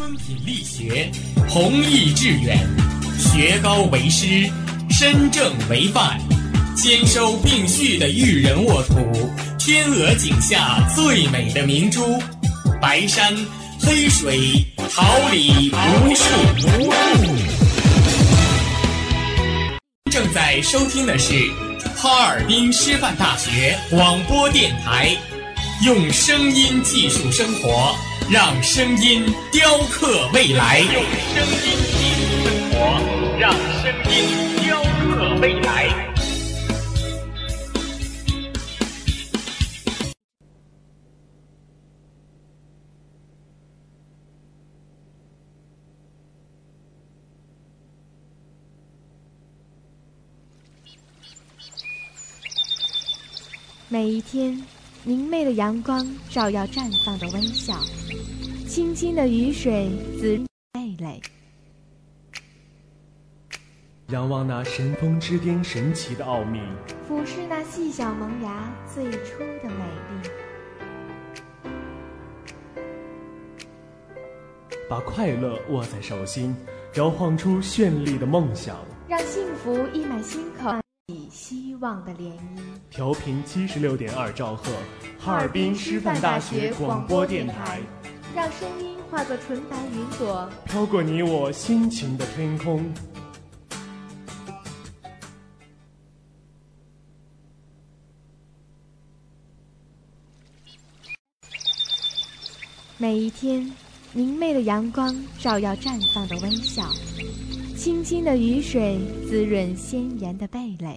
敦品力学，弘毅致远，学高为师，身正为范，兼收并蓄的育人沃土，天鹅颈下最美的明珠，白山黑水，桃李无数。正在收听的是哈尔滨师范大学广播电台，用声音技术生活，让声音雕刻未来。用声音技术生活，让声音雕刻未来。 每一天，明媚的阳光照耀绽放的微笑，清清的雨水滋润蓓蕾。 仰望那神峰之巅神奇的奥秘， 俯视那细小萌芽最初的美丽。 把快乐握在手心，摇晃出绚丽的梦想， 让幸福溢满心口，起希望的涟漪。 调频76.2兆赫，哈尔滨师范大学广播电台， 让声音化作纯白云朵， 飘过你我心情的天空。 每一天，明媚的阳光照耀绽放的微笑，清清的雨水滋润鲜艳的蓓蕾。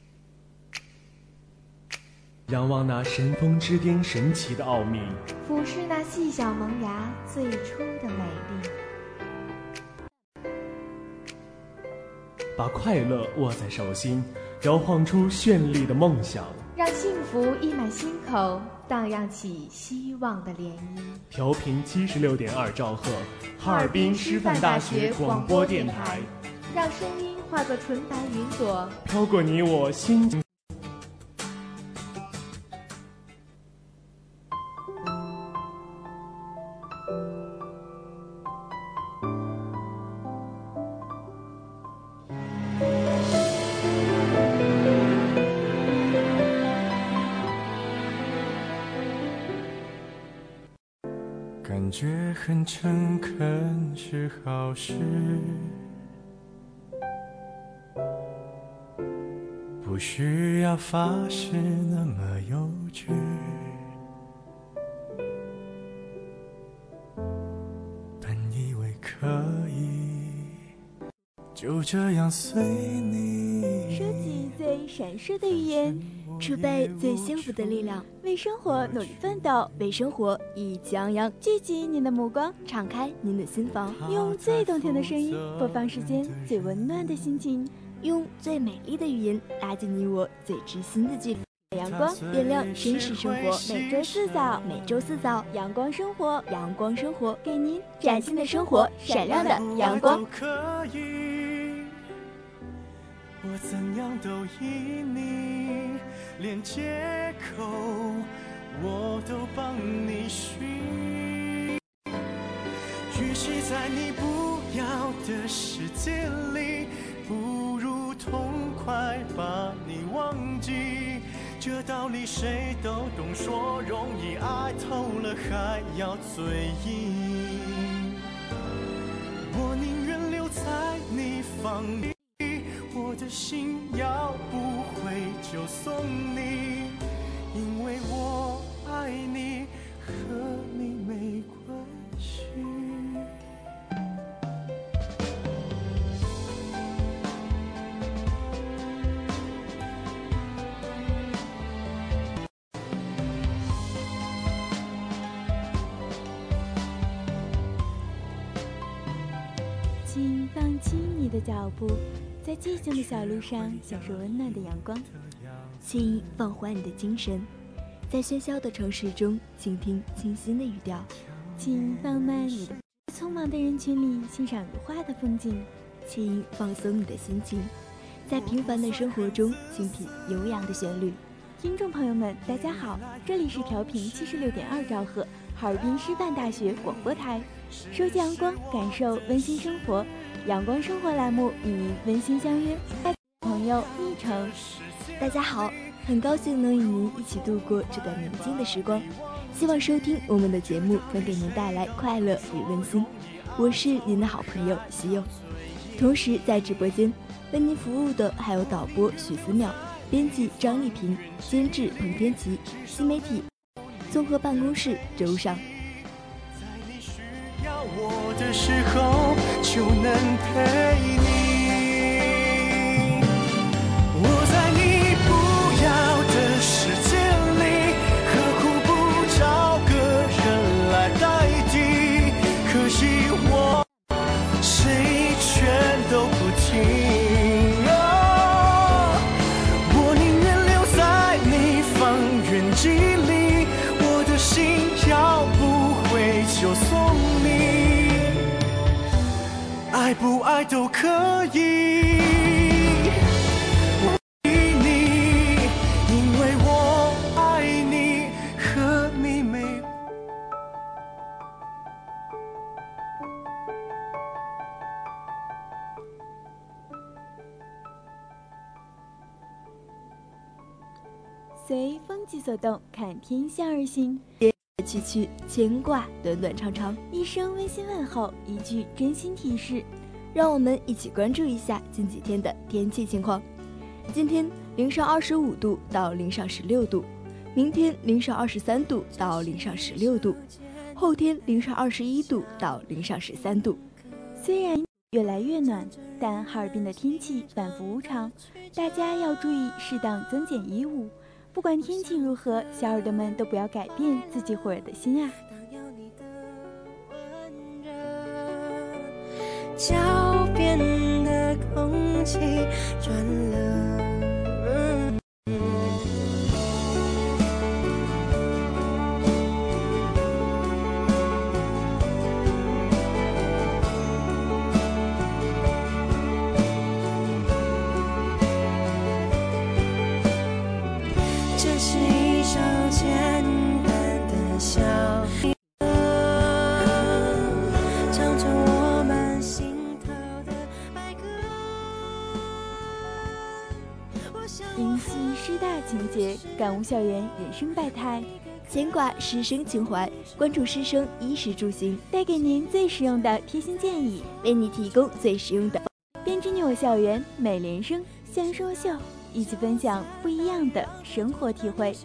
仰望那神峰之巅神奇的奥秘， 俯视那细小萌芽最初的美丽。 把快乐握在手心，摇晃出绚丽的梦想， 让幸福溢满心口，荡漾起希望的涟漪。 调频76.2兆赫，哈尔滨师范大学广播电台， 让声音化作纯白云朵， 飘过你我心情。 感觉很诚恳是好事，不需要发誓那么幼稚，本以为可以就这样随你。 收集最闪烁的语言，储备最幸福的力量，为生活努力奋斗，为生活意气昂扬。聚集您的目光，敞开您的心房，用最动听的声音播放世间最温暖的心情，用最美丽的语言拉近你我最知心的距离。阳光点亮真实生活，每周四早，阳光生活，给您崭新的生活，闪亮的阳光。 我怎样都依你，连借口我都帮你寻。与其在你不要的世界里，不如痛快把你忘记。这道理谁都懂，说容易，爱透了还要嘴硬。我宁愿留在你房里，我的心要不回就送你，因为我爱你，和你没关系。 请放轻你的脚步，在寂静的小路上享受温暖的阳光，请放缓你的精神，在喧嚣的城市中倾听清新的语调，请放慢你的匆忙的人群里欣赏如画的风景，请放松你的心情，在平凡的生活中倾听悠扬的旋律。听众朋友们大家好，这里是调频76.2兆赫哈尔滨师范大学广播台， 收集阳光，感受温馨生活。阳光生活栏目与您温馨相约。朋友昵称， 大家好，很高兴能与您一起度过这段宁静的时光。希望收听我们的节目能给您带来快乐与温馨。我是您的好朋友西柚，同时在直播间为您服务的还有导播许思淼、编辑张丽萍、监制彭天琪、新媒体综合办公室周尚。 在你需要我的时候就能陪你，我在你不要的世界里何苦不找个人来代替，可惜我谁全都不听，我宁愿留在你方圆几里，我的心要不回就送你，爱不爱都可以，我爱你，因为我爱你，和你没随风季所动，看天象而行。 去去牵挂，短短长长， 一声温馨问候，一句真心提示， 让我们一起关注一下近几天的天气情况。今天零上25度到零上16度，明天零上23度到零上16度，后天零上21度到零上13度。 虽然越来越暖，但哈尔滨的天气反复无常，大家要注意适当增减衣物。不管天气如何，小耳朵们都不要改变自己火热的心啊！ 脚边的空气转了。 迎系师大情节，感悟校园人生百态， 牵挂师生情怀，关注师生衣食住行， 带给您最实用的贴心建议， 为你提供最实用的编织你我校园美联生享受秀，一起分享不一样的生活体会。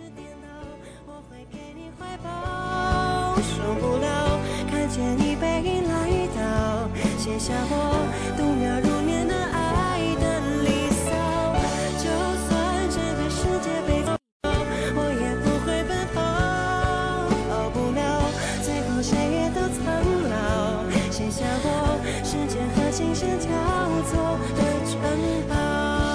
受不了，看见你背影来到，写下我度秒如年的爱的离骚。就算整个世界被封，我也不会奔跑。逃不了，最后谁也都苍老，写下我时间和琴声交错的城堡。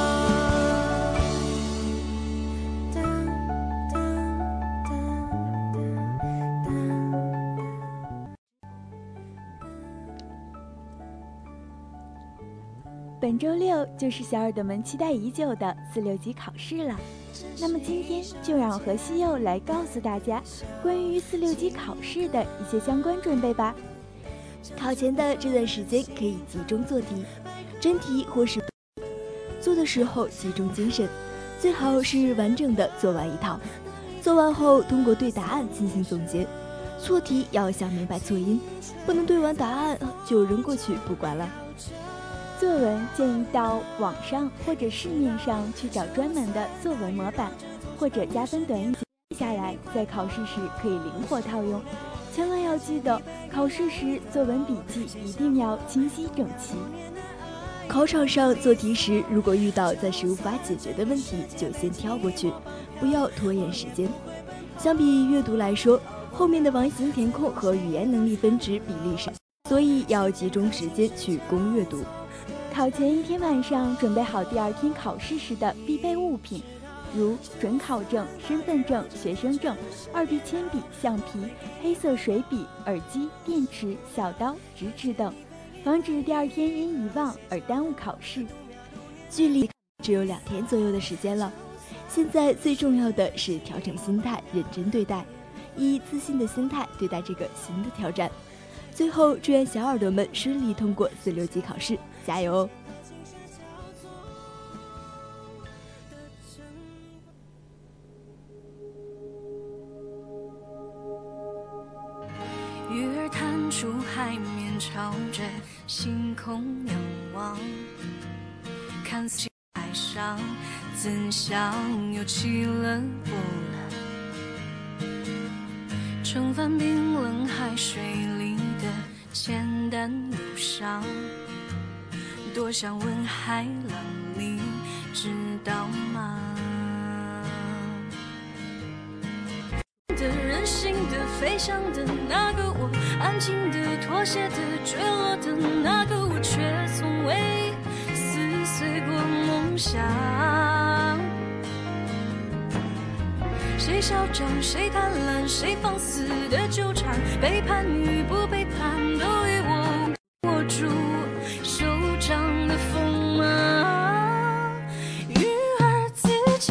本周六就是小耳朵们期待已久的4、6级考试了，那么今天就让我和西柚来告诉大家关于4、6级考试的一些相关准备吧。 考前的这段时间可以集中做题，真题或是做的时候集中精神，最好是完整的做完一套。做完后通过对答案进行总结，错题要想明白错因，不能对完答案就扔过去不管了。 作文建议到网上或者市面上去找专门的作文模板或者加分短语下来，在考试时可以灵活套用。千万要记得，考试时作文笔记一定要清晰整齐。 考场上做题时，如果遇到暂时无法解决的问题，就先跳过去，不要拖延时间。相比阅读来说，后面的完形填空和语言能力分值比例少，所以要集中时间去攻阅读。 考前一天晚上准备好第二天考试时的必备物品，如准考证、身份证、学生证、2B 铅笔、橡皮、黑色水笔、耳机、电池、小刀、直尺等，防止第二天因遗忘而耽误考试。 距离只有2天左右的时间了，现在最重要的是调整心态，认真对待，以自信的心态对待这个新的挑战。 最后，祝愿小耳朵们顺利通过4、6级考试，加油哦！ 鱼儿探出海面，朝着星空仰望，看似海上，怎想又起了波浪？盛帆冰冷海水里的简单忧伤，多想问海浪，你知道吗？的任性的飞翔的那个我，安静的妥协的坠落的那个我，却从未撕碎过梦想。谁嚣张谁贪婪谁放肆的纠缠，背叛与不背叛都与我握住手掌的锋芒。鱼儿自己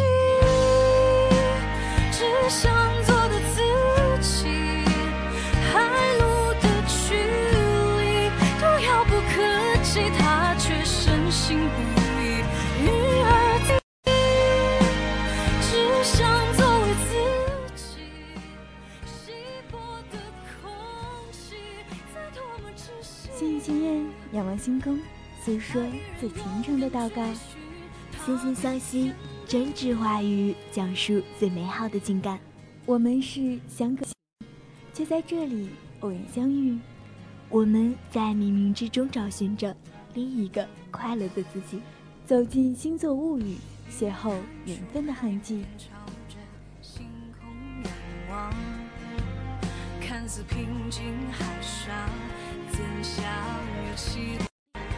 只想做个自己，海路的距离多遥不可及，他却深信不疑。鱼儿自己只想做为自己，稀薄的空气在多么窒息。 心语心愿，仰望星空，诉说最虔诚的祷告。 惺惺相惜，真挚话语，讲述最美好的情感。 我们是相隔，却在这里偶然相遇。 我们在冥冥之中找寻着另一个快乐的自己， 走进星座物语，邂逅缘分的痕迹。 朝着星空仰望，看似平静海上，怎想又起落？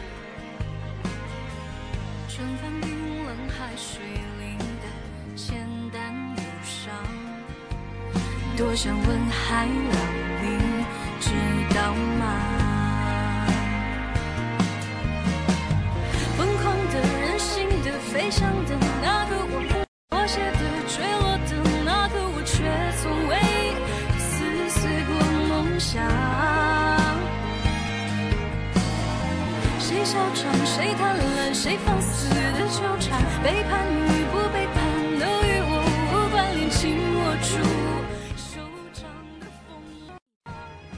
盛帆冰冷海水里的简单忧伤，多想问海浪，你知道吗？疯狂的任性的飞翔的那个我，妥协的坠落的那个我，却从未撕碎过梦想。谁嚣张谁贪婪谁放肆的纠缠，背叛与不背叛都与我无关联，紧握住手掌的锋。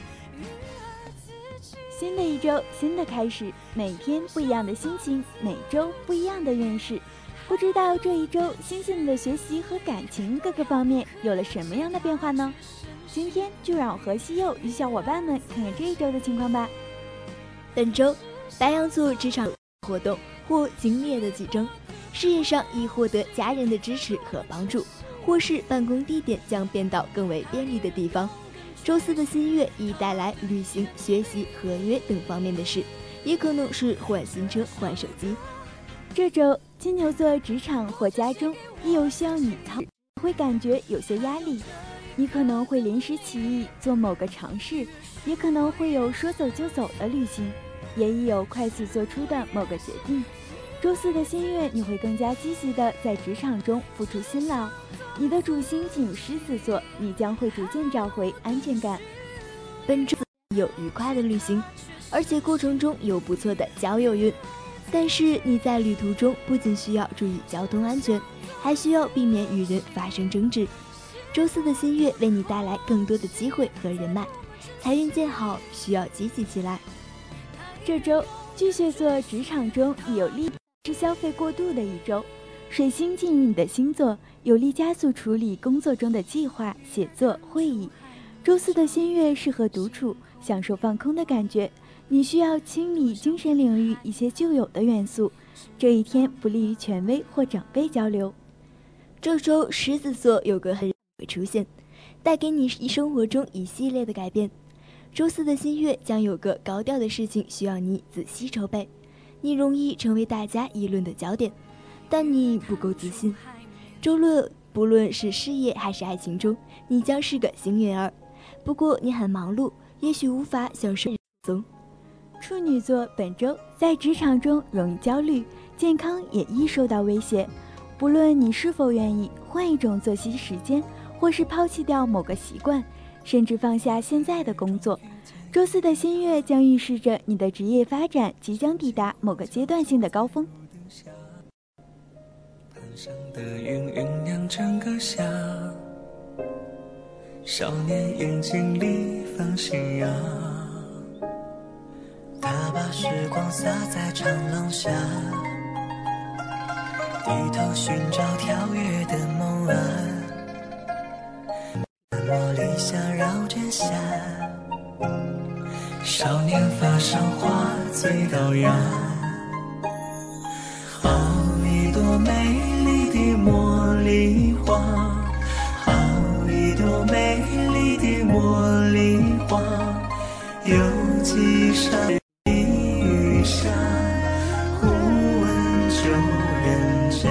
新的一周，新的开始，每天不一样的心情，每周不一样的运势。不知道这一周星星的学习和感情各个方面有了什么样的变化呢？今天就让我和西柚与小伙伴们看看这一周的情况吧。 本周白羊座职场活动或激烈的竞争，事业上易获得家人的支持和帮助，或是办公地点将变到更为便利的地方。周四的新月已带来旅行、学习、合约等方面的事，也可能是换新车、换手机。 这周金牛座职场或家中亦有需要你会感觉有些压力，你可能会临时起意做某个尝试，也可能会有说走就走的旅行，也已有快速做出的某个决定。周四的新月，你会更加积极地在职场中付出辛劳。你的主星进入狮子座，你将会逐渐找回安全感。 本周有愉快的旅行，而且过程中有不错的交友运。但是你在旅途中不仅需要注意交通安全，还需要避免与人发生争执。周四的新月为你带来更多的机会和人脉，财运见好，需要积极起来。 这周巨蟹座职场中亦有利是消费过度的一周，水星进入你的星座，有力加速处理工作中的计划、写作、会议。周四的新月适合独处，享受放空的感觉。你需要清理精神领域一些旧有的元素，这一天不利于权威或长辈交流。 这周狮子座有个很会出现，带给你生活中一系列的改变。周四的新月将有个高调的事情需要你仔细筹备，你容易成为大家议论的焦点，但你不够自信。周六不论是事业还是爱情中，你将是个幸运儿，不过你很忙碌，也许无法享受松。 处女座本周在职场中容易焦虑，健康也易受到威胁。不论你是否愿意换一种作息时间，或是抛弃掉某个习惯，甚至放下现在的工作， 周四的新月将预示着你的职业发展即将抵达某个阶段性的高峰。 盘上的云酝酿整个夏，少年眼睛里放信仰，他把时光洒在长廊下，低头寻找跳跃的梦啊，茉莉香绕着夏，少年发上花最高雅，好一朵美丽的茉莉花，好一朵美丽的茉莉花，有几扇雨下，忽闻旧人家，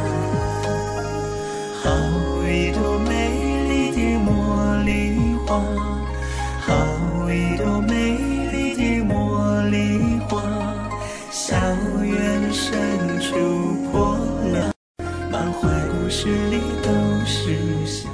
好一朵美丽的茉莉花，好一朵美丽的茉莉花，校园深处破了，满怀故事里都是夏。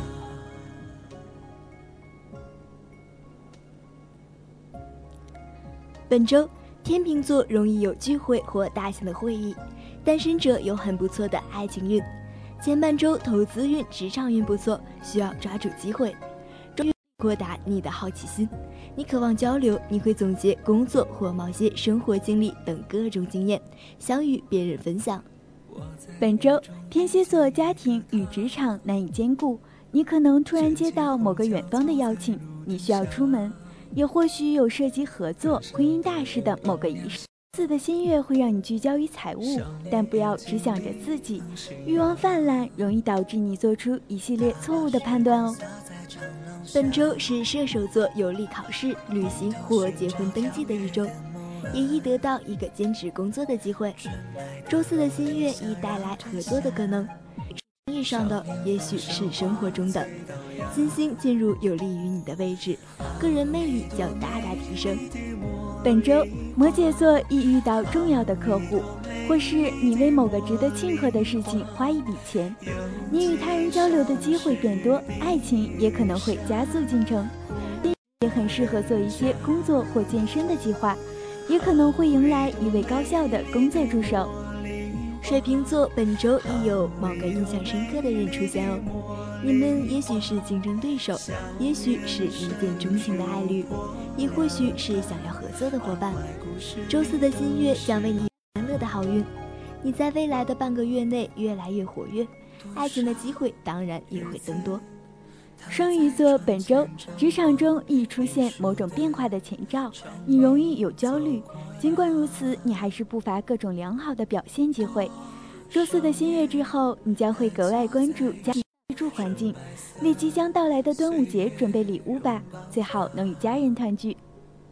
本周天秤座容易有聚会或大型的会议，单身者有很不错的爱情运。前半周投资运、职场运不错，需要抓住机会。周运扩大你的好奇心，你渴望交流，你会总结工作或某些生活经历等各种经验，想与别人分享。 本周天蝎座家庭与职场难以兼顾，你可能突然接到某个远方的邀请，你需要出门，也或许有涉及合作、婚姻大事的某个仪式。四的新月会让你聚焦于财务，但不要只想着自己，欲望泛滥容易导致你做出一系列错误的判断哦。 本周是射手座有利考试、旅行或结婚登记的一周，也易得到一个兼职工作的机会。周四的新月已带来合作的可能，生意上的也许是生活中的。金星进入有利于你的位置，个人魅力将大大提升。 本周摩羯座易遇到重要的客户，或是你为某个值得庆贺的事情花一笔钱，你与他人交流的机会变多，爱情也可能会加速进程。也很适合做一些工作或健身的计划，也可能会迎来一位高效的工作助手。 水瓶座本周亦有某个印象深刻的人出现哦，你们也许是竞争对手，也许是一见钟情的爱侣，也或许是想要合作的伙伴。周四的新月将为你欢乐的好运，你在未来的半个月内越来越活跃，爱情的机会当然也会增多。 双鱼座本周职场中易出现某种变化的前兆，你容易有焦虑，尽管如此，你还是不乏各种良好的表现机会。周四的新月之后，你将会格外关注家居住环境，为即将到来的端午节准备礼物吧，最好能与家人团聚。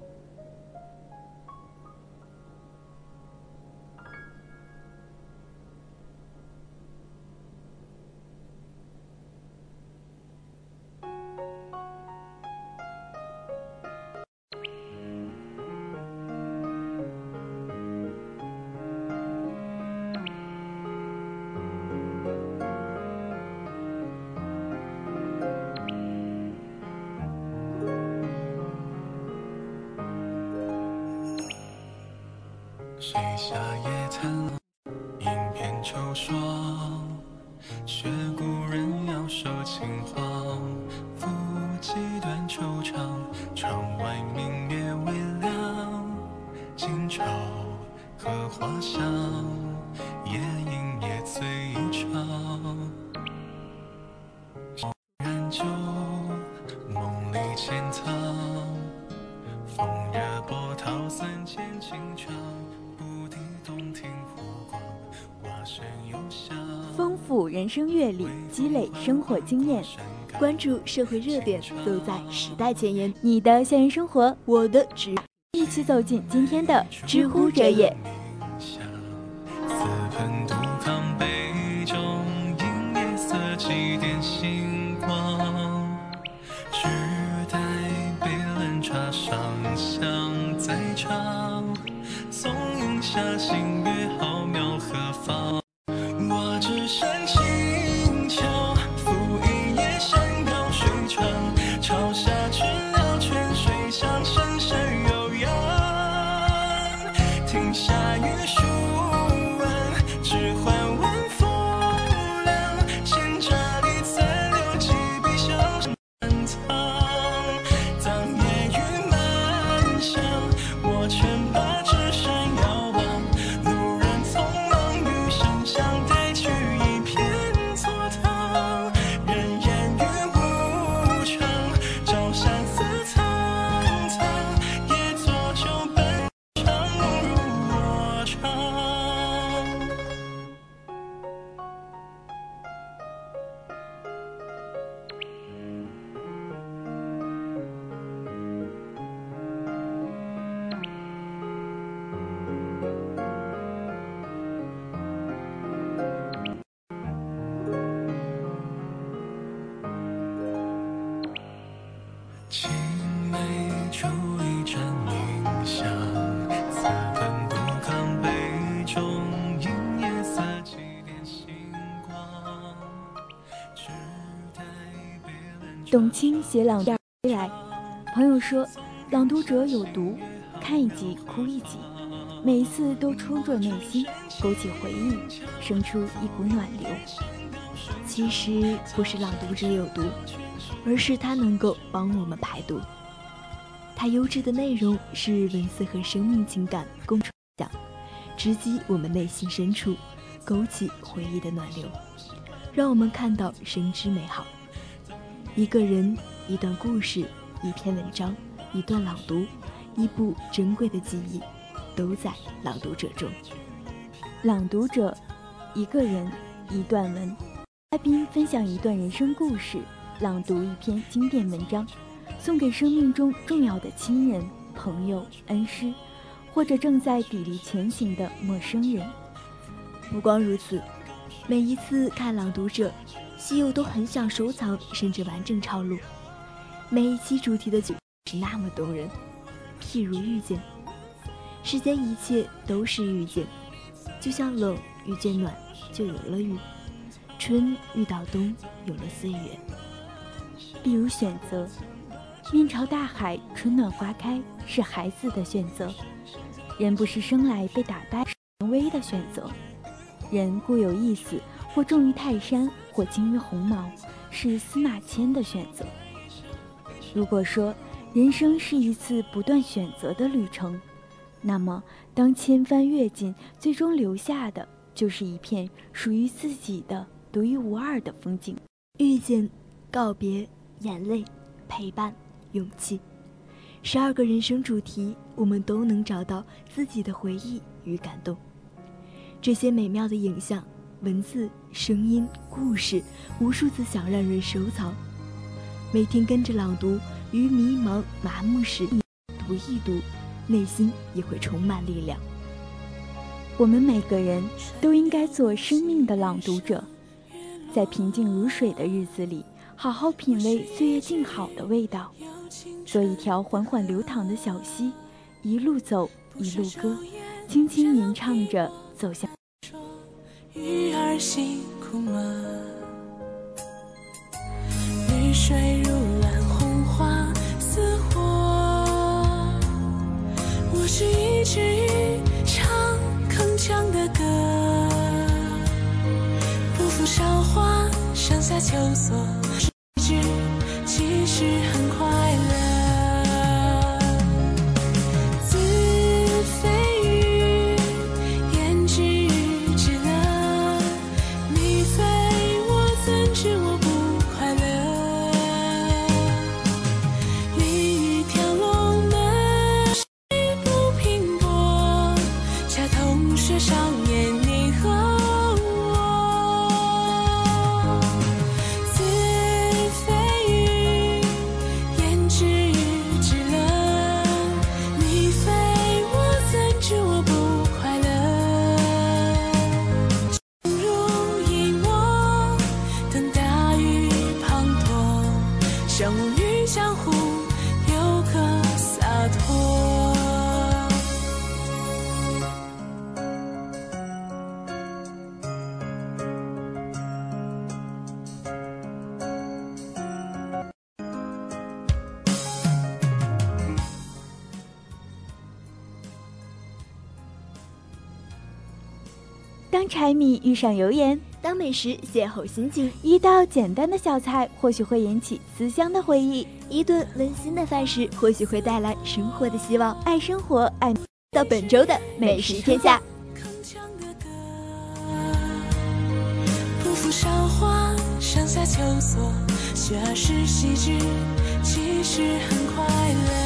水下夜谈，一片秋霜，学古人要守青黄，抚几段惆怅，窗外明月微亮，今朝荷花香，夜莺也醉一场，燃酒梦里潜藏，风热波涛三千轻唱， 丰富人生阅历，积累生活经验， 关注社会热点，走在时代前沿。 你的校园生活， 我的职， 一起走进今天的知乎者也。 四盆杜康杯中，映夜色几点星光，只待杯冷茶上香再唱，松韵下新月浩渺何方。我只身轻巧，拂一叶山高水长，潮下去了泉水向深停下雨数完，只换晚风凉，牵着你再留几笔小山藏。当夜雨漫香，我全把纸扇摇晃，路人匆忙，雨声像带去一片蹉跎。人烟雨无常，朝霞似苍苍，夜作酒奔长如我唱。青梅煮一盏凝香，此番不抗杯中饮夜色几点星光。只待别人董卿写朗读来，朋友说朗读者有毒，看一集哭一集，每一次都戳中内心，勾起回忆，生出一股暖流。其实不是朗读者有毒，而是它能够帮我们排毒。它优质的内容是文字和生命情感共创，直击我们内心深处，勾起回忆的暖流，让我们看到生之美好。一个人，一段故事，一篇文章，一段朗读，一部珍贵的记忆，都在朗读者中。朗读者，一个人，一段文，嘉宾分享一段人生故事，朗读一篇经典文章，送给生命中重要的亲人、朋友、恩师，或者正在砥砺前行的陌生人。不光如此，每一次看朗读者，西柚都很想收藏甚至完整抄录。每一期主题的曲是那么动人，譬如遇见，世间一切都是遇见，就像冷遇见暖，就有了雨；春遇到冬，有了岁月。比如选择，面朝大海，春暖花开，是孩子的选择；人不是生来被打败，是人为的选择。人固有一死，或重于泰山，或轻于鸿毛，是司马迁的选择。如果说人生是一次不断选择的旅程，那么当千帆阅尽，最终留下的就是一片属于自己的独一无二的风景。遇见、告别、眼泪、陪伴、勇气，12个人生主题，我们都能找到自己的回忆与感动。这些美妙的影像、文字、声音、故事，无数次想让人收藏。每天跟着朗读，于迷茫麻木时读一读，内心也会充满力量。我们每个人都应该做生命的朗读者，在平静如水的日子里，好好品味岁月静好的味道，做一条缓缓流淌的小溪，一路走一路歌，轻轻吟唱着走向。 鱼儿辛苦吗？绿水如蓝，红花似火。我是一只鱼，唱铿锵的歌，不负韶华，上下求索。其实很快乐。子非鱼，焉知鱼之乐？你非我，怎知我不快乐？鲤鱼跳龙门，谁不拼搏？恰同学少年，你和我。子非鱼，焉知鱼之乐？你非我，怎知我不快乐？情如一抹，等大雨滂沱，相忘于江湖，有个洒脱。 当柴米遇上油盐， 当美食邂逅心情， 一道简单的小菜或许会引起思乡的回忆， 一顿温馨的饭食或许会带来生活的希望。 爱生活，爱到本周的美食天下。 不负韶华，上下求索，学而时习之，其实很快乐。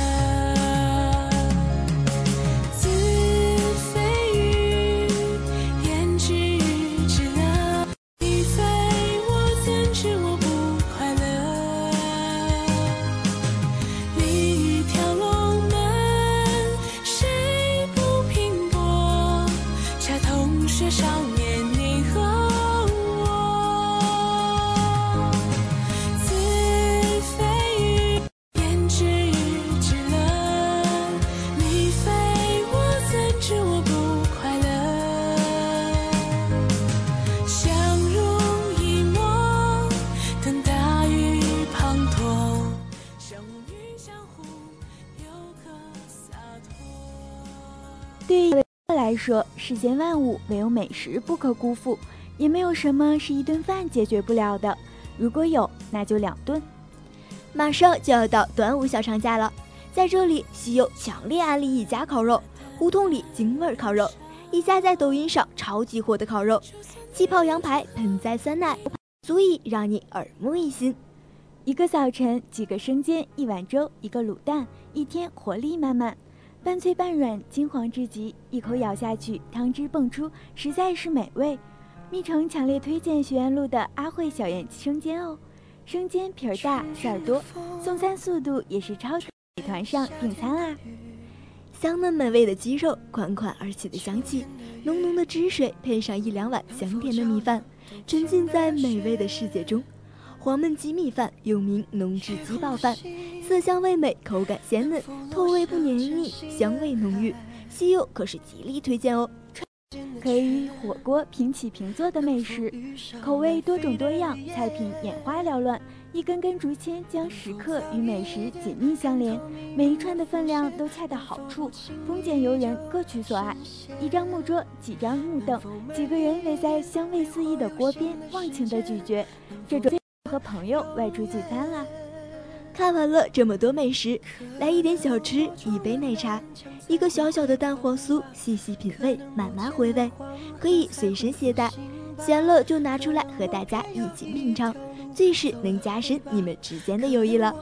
对于来说，世间万物唯有美食不可辜负，也没有什么是一顿饭解决不了的。如果有，那就2顿。 马上就要到端午小长假了，在这里，西柚强烈安利一家烤肉——胡同里京味烤肉，一家在抖音上超级火的烤肉，气泡羊排喷在酸奶，足以让你耳目一新。 一个早晨，几个生煎，一碗粥，一个卤蛋，一天活力满满。半脆半软，金黄至极，一口咬下去，汤汁迸出，实在是美味。蜜橙强烈推荐学院路的阿慧小燕生煎哦，生煎皮儿大，馅儿多，送餐速度也是超美团上订餐啦。 香嫩美味的鸡肉，款款而起的香气，浓浓的汁水，配上1、2碗香甜的米饭，沉浸在美味的世界中。黄焖鸡米饭又名浓汁鸡爆饭，色香味美，口感鲜嫩，透味不黏腻，香味浓郁，西柚可是极力推荐哦。 可以与火锅平起平坐的美食，口味多种多样，菜品眼花缭乱，一根根竹签将食客与美食紧密相连，每一串的分量都恰到好处，丰俭由人，各取所爱。一张木桌，几张木凳，几个人围在香味四溢的锅边，忘情的咀嚼，这种和朋友外出聚餐啦。 看完了这么多美食，来一点小吃，一杯奶茶，一个小小的蛋黄酥，细细品味，慢慢回味，可以随身携带，闲了就拿出来和大家一起品尝，最是能加深你们之间的友谊了。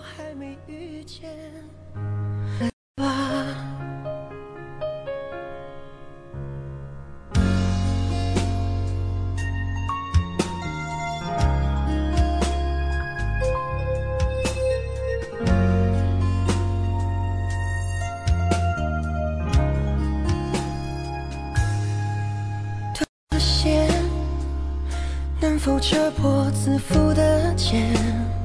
能否扯破自负的茧，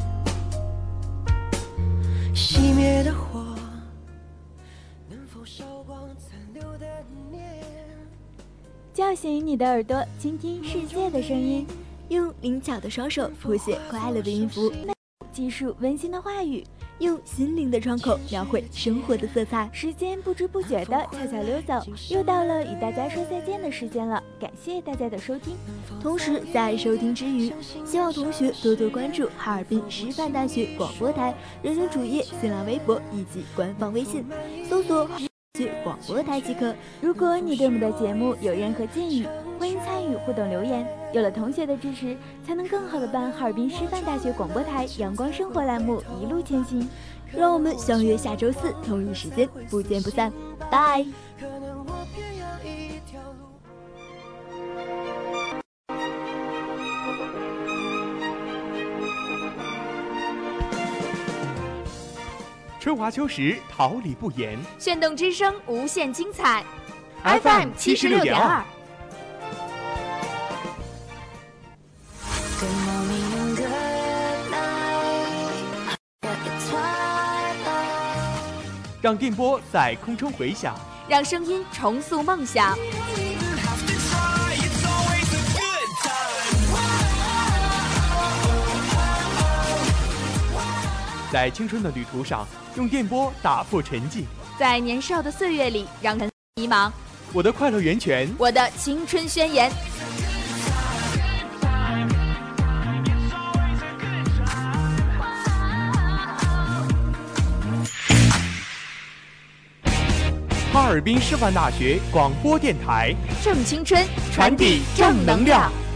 熄灭的火，能否烧光残留的念， 叫醒你的耳朵，倾听世界的声音， 用灵巧的双手谱写快乐的音符， 记述温馨的话语， 用心灵的窗口描绘生活的色彩。 时间不知不觉的悄悄溜走，又到了与大家说再见的时间了，感谢大家的收听。 同时在收听之余，希望同学多多关注哈尔滨师范大学广播台人人主页、新浪微博以及官方微信，搜索哈尔滨大学广播台即可。 如果你对我们的节目有任何建议，欢迎参与互动留言。有了同学的支持，才能更好的伴哈尔滨师范大学广播台阳光生活栏目一路前行。 让我们相约下周4同一时间，不见不散，拜。 春华秋实，桃李不言。 炫动之声，无限精彩。 FM 76.2。让电波在空中回响， 让声音重塑梦想。 在青春的旅途上，用电波打破沉寂； 在年少的岁月里，让人迷茫。 我的快乐源泉， 我的青春宣言。 尔滨师范大学广播电台， 正青春， 传递正能量。